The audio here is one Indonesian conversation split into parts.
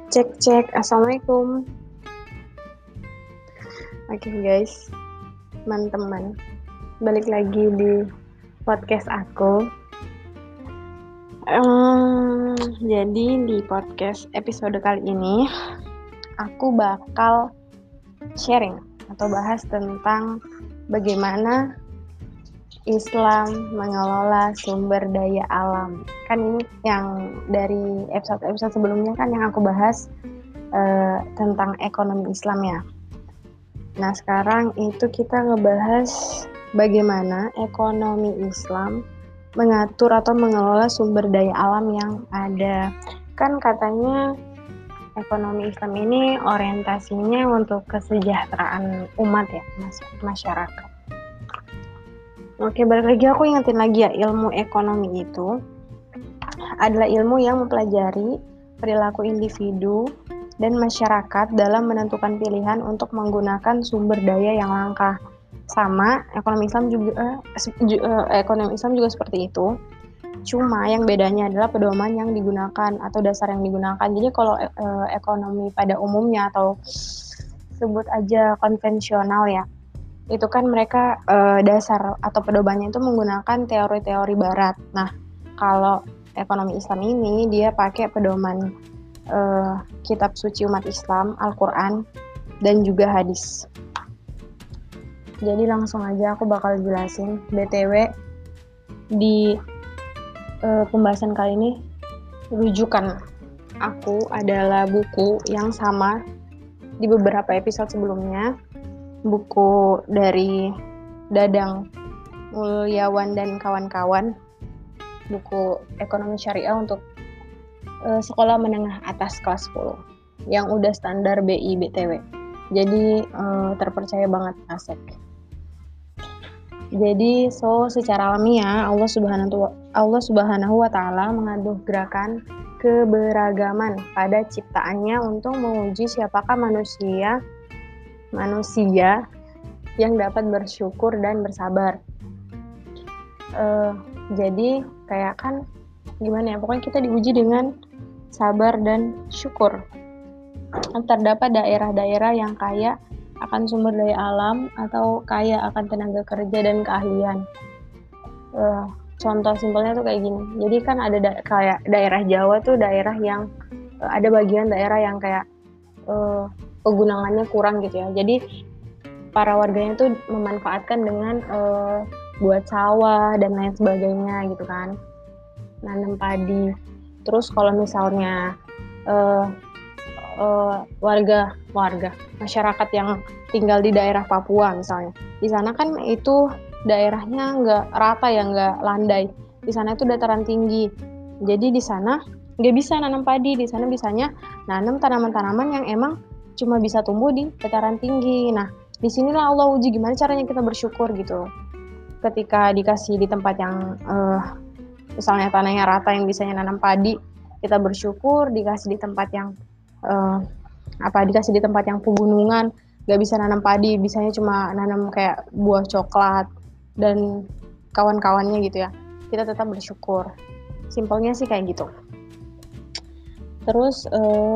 Cek, assalamualaikum. Oke guys, teman-teman, balik lagi di podcast aku. Jadi di podcast episode kali ini, aku bakal sharing atau bahas tentang bagaimana Islam mengelola sumber daya alam. Kan ini yang dari episode sebelumnya kan yang aku bahas tentang ekonomi Islam ya. Nah sekarang itu kita ngebahas bagaimana ekonomi Islam mengatur atau mengelola sumber daya alam yang ada. Kan katanya ekonomi Islam ini orientasinya untuk kesejahteraan umat ya, masyarakat. Oke, balik lagi aku ingetin lagi ya, ilmu ekonomi itu adalah ilmu yang mempelajari perilaku individu dan masyarakat dalam menentukan pilihan untuk menggunakan sumber daya yang langka. Sama, ekonomi Islam juga seperti itu. Cuma yang bedanya adalah pedoman yang digunakan atau dasar yang digunakan. Jadi kalau ekonomi pada umumnya atau sebut aja konvensional ya, itu kan mereka dasar atau pedomannya itu menggunakan teori-teori barat. Nah, kalau ekonomi Islam ini dia pakai pedoman kitab suci umat Islam, Al-Quran, dan juga hadis. Jadi langsung aja aku bakal jelasin. BTW di pembahasan kali ini rujukan aku adalah buku yang sama di beberapa episode sebelumnya, buku dari Dadang Mulyawan dan kawan-kawan, buku ekonomi syariah untuk sekolah menengah atas kelas 10 yang udah standar BI BTW. Jadi terpercaya banget, asik. Jadi secara alamiah Allah Subhanahu wa taala menganugerahkan keberagaman pada ciptaannya untuk menguji siapakah manusia yang dapat bersyukur dan bersabar. Jadi kayak kan gimana ya, pokoknya kita diuji dengan sabar dan syukur. Terdapat daerah-daerah yang kaya akan sumber daya alam atau kaya akan tenaga kerja dan keahlian. Contoh simpelnya tuh kayak gini. Jadi kan ada kayak daerah Jawa tuh daerah yang ada bagian daerah yang kayak kegunangannya kurang gitu ya. Jadi para warganya tuh memanfaatkan dengan buat sawah dan lain sebagainya gitu kan, nanam padi. Terus kalau misalnya warga masyarakat yang tinggal di daerah Papua misalnya, di sana kan itu daerahnya nggak rata ya, nggak landai. Di sana itu dataran tinggi, jadi di sana nggak bisa nanam padi. Di sana bisanya nanam tanaman-tanaman yang emang cuma bisa tumbuh di dataran tinggi. Nah disinilah Allah uji gimana caranya kita bersyukur gitu. Ketika dikasih di tempat yang misalnya tanahnya rata yang bisanya nanam padi, kita bersyukur. Dikasih di tempat yang dikasih di tempat yang pegunungan, gak bisa nanam padi, bisanya cuma nanam kayak buah coklat dan kawan-kawannya gitu ya, kita tetap bersyukur. Simpelnya sih kayak gitu. Terus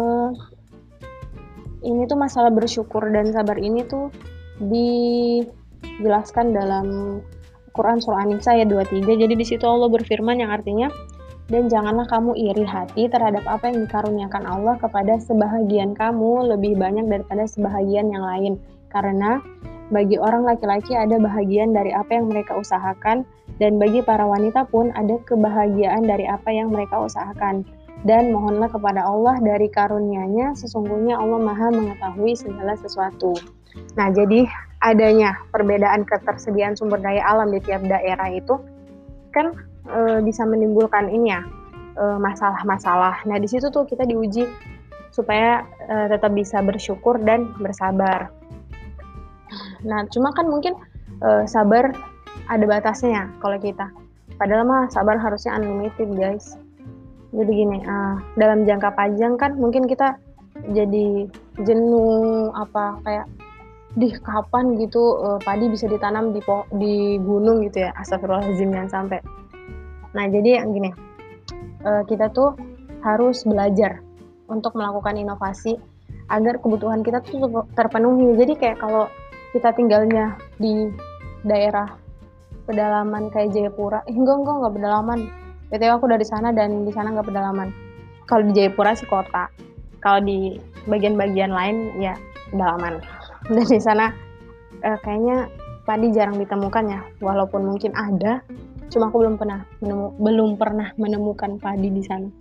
ini tuh masalah bersyukur dan sabar ini tuh dijelaskan dalam Quran surah An-Nisa ayat 23. Jadi di situ Allah berfirman yang artinya, dan janganlah kamu iri hati terhadap apa yang dikaruniakan Allah kepada sebahagian kamu lebih banyak daripada sebahagian yang lain. Karena bagi orang laki-laki ada bahagian dari apa yang mereka usahakan, dan bagi para wanita pun ada kebahagiaan dari apa yang mereka usahakan. Dan mohonlah kepada Allah dari karunia-Nya, sesungguhnya Allah Maha mengetahui segala sesuatu. Nah, jadi adanya perbedaan ketersediaan sumber daya alam di tiap daerah itu kan bisa menimbulkan ini ya, masalah-masalah. Nah di situ tuh kita diuji supaya tetap bisa bersyukur dan bersabar. Nah cuma kan mungkin sabar ada batasnya kalau kita. Padahal mah sabar harusnya unlimited guys. Jadi gini, dalam jangka panjang kan mungkin kita jadi jenuh kayak kapan gitu padi bisa ditanam di gunung gitu ya. Astagfirullahaladzim, jangan sampai. Nah jadi yang gini, kita tuh harus belajar untuk melakukan inovasi agar kebutuhan kita tuh terpenuhi. Jadi kayak kalau kita tinggalnya di daerah pedalaman kayak Jayapura, enggak pedalaman. BTW aku dari sana dan di sana nggak pedalaman. Kalau di Jayapura sih kota. Kalau di bagian-bagian lain ya pedalaman. Dan di sana kayaknya padi jarang ditemukan ya, walaupun mungkin ada, cuma aku belum pernah menemukan padi di sana.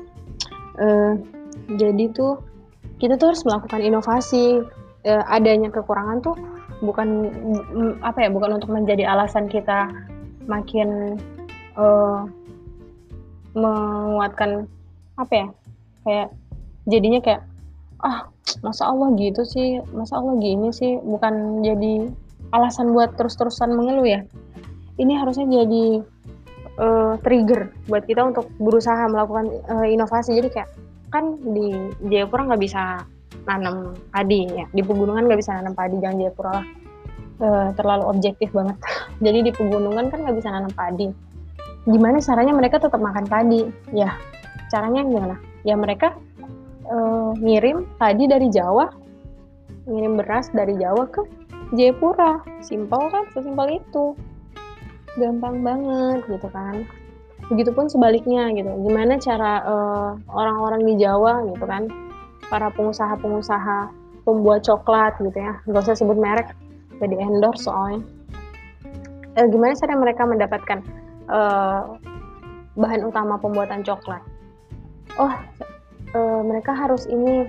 Jadi tuh kita tuh harus melakukan inovasi. Adanya kekurangan tuh bukan untuk menjadi alasan kita makin menguatkan kayak jadinya kayak masa Allah gitu sih, masa Allah gini sih, bukan jadi alasan buat terus-terusan mengeluh ya. Ini harusnya jadi trigger buat kita untuk berusaha melakukan inovasi. Jadi kayak kan di Jayapura nggak bisa nanam padi ya, di pegunungan nggak bisa nanam padi, jangan Jayapura lah, terlalu objektif banget. Jadi di pegunungan kan nggak bisa nanam padi, gimana caranya mereka tetap makan padi ya? Caranya gimana ya? Mereka ngirim padi dari Jawa, ngirim beras dari Jawa ke Jayapura. Simpel kan, sesimpel itu, gampang banget gitu kan. Begitupun sebaliknya gitu, gimana cara orang-orang di Jawa gitu kan, para pengusaha-pengusaha pembuat coklat gitu ya, nggak usah sebut merek, jadi endorse soalnya. Gimana cara mereka mendapatkan bahan utama pembuatan coklat? Mereka harus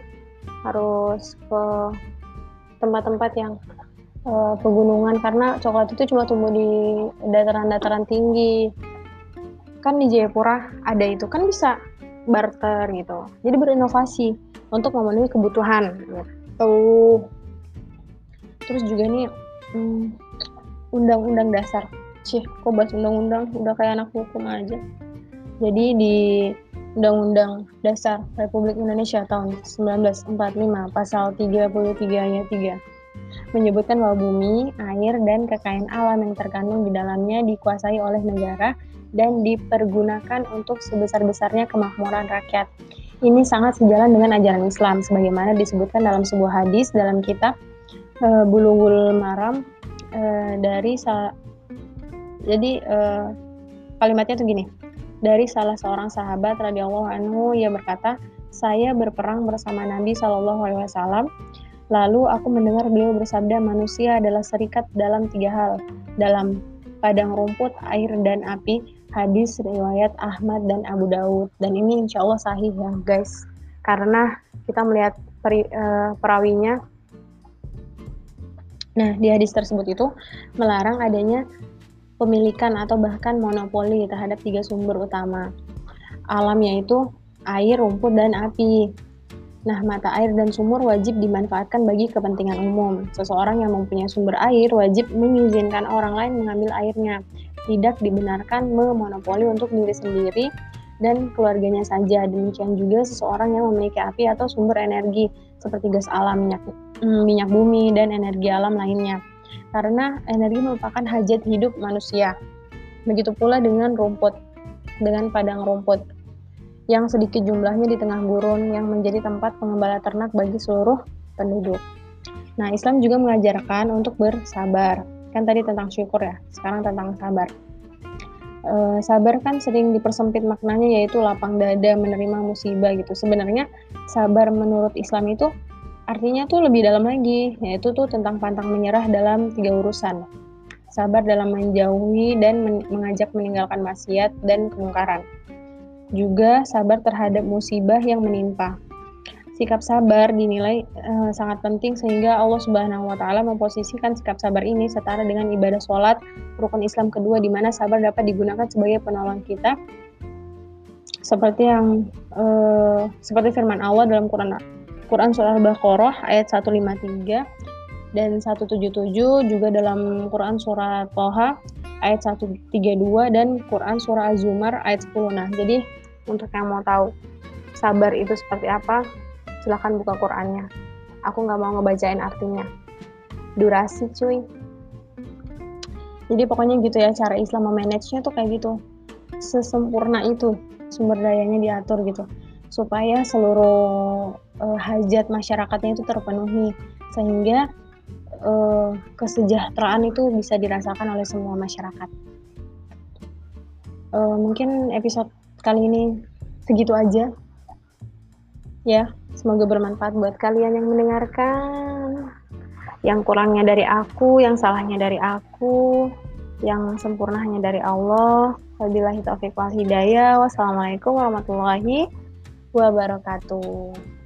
ke tempat-tempat yang pegunungan, karena coklat itu cuma tumbuh di dataran-dataran tinggi. Kan di Jayapura ada itu, kan bisa barter gitu. Jadi berinovasi untuk memenuhi kebutuhan gitu. Terus juga nih undang-undang dasar. Kok bahas undang-undang? Udah kayak anak hukum aja. Jadi di Undang-Undang Dasar Republik Indonesia tahun 1945 pasal 33 ayat 3 menyebutkan bahwa bumi, air, dan kekayaan alam yang terkandung di dalamnya dikuasai oleh negara dan dipergunakan untuk sebesar-besarnya kemakmuran rakyat. Ini sangat sejalan dengan ajaran Islam, sebagaimana disebutkan dalam sebuah hadis dalam kitab Bulughul Maram kalimatnya tuh gini, dari salah seorang sahabat radhiyallahu anhu, ia berkata, saya berperang bersama Nabi SAW. Lalu aku mendengar beliau bersabda, manusia adalah serikat dalam 3 hal, dalam padang rumput, air, dan api. Hadis riwayat Ahmad dan Abu Daud. Dan ini insya Allah sahih ya guys, karena kita melihat perawinya. Nah, di hadis tersebut itu melarang adanya pemilikan atau bahkan monopoli terhadap 3 sumber utama alam, yaitu air, rumput, dan api. Nah, mata air dan sumur wajib dimanfaatkan bagi kepentingan umum. Seseorang yang mempunyai sumber air wajib mengizinkan orang lain mengambil airnya. Tidak dibenarkan memonopoli untuk diri sendiri dan keluarganya saja. Demikian juga seseorang yang memiliki api atau sumber energi seperti gas alam, minyak bumi, dan energi alam lainnya. Karena energi merupakan hajat hidup manusia. Begitu pula dengan padang rumput yang sedikit jumlahnya di tengah gurun yang menjadi tempat pengembala ternak bagi seluruh penduduk. Nah, Islam juga mengajarkan untuk bersabar. Kan tadi tentang syukur ya, sekarang tentang sabar. Sabar kan sering dipersempit maknanya, yaitu lapang dada menerima musibah gitu. Sebenarnya sabar menurut Islam itu artinya tuh lebih dalam lagi, yaitu tuh tentang pantang menyerah dalam 3 urusan. Sabar dalam menjauhi dan mengajak meninggalkan maksiat dan kemungkaran. Juga sabar terhadap musibah yang menimpa. Sikap sabar dinilai sangat penting, sehingga Allah Subhanahu wa Ta'ala memposisikan sikap sabar ini setara dengan ibadah sholat, rukun Islam kedua, di mana sabar dapat digunakan sebagai penolong kita, seperti firman Allah dalam Quran surah Al-Baqarah ayat 153 dan 177, juga dalam Quran surah Thaha ayat 132 dan Quran surah Az-Zumar ayat 10. Nah, jadi untuk yang mau tahu sabar itu seperti apa, silahkan buka Qurannya. Aku nggak mau ngebacain artinya, durasi cuy. Jadi pokoknya gitu ya, cara Islam memanagenya tuh kayak gitu, sesempurna itu, sumber dayanya diatur gitu. supaya seluruh hajat masyarakatnya itu terpenuhi, sehingga kesejahteraan itu bisa dirasakan oleh semua masyarakat. Mungkin episode kali ini segitu aja ya, semoga bermanfaat buat kalian yang mendengarkan. Yang kurangnya dari aku, yang salahnya dari aku, yang sempurna hanya dari Allah. Wabillahi taufiq wal hidayah. Wassalamualaikum warahmatullahi wabarakatuh.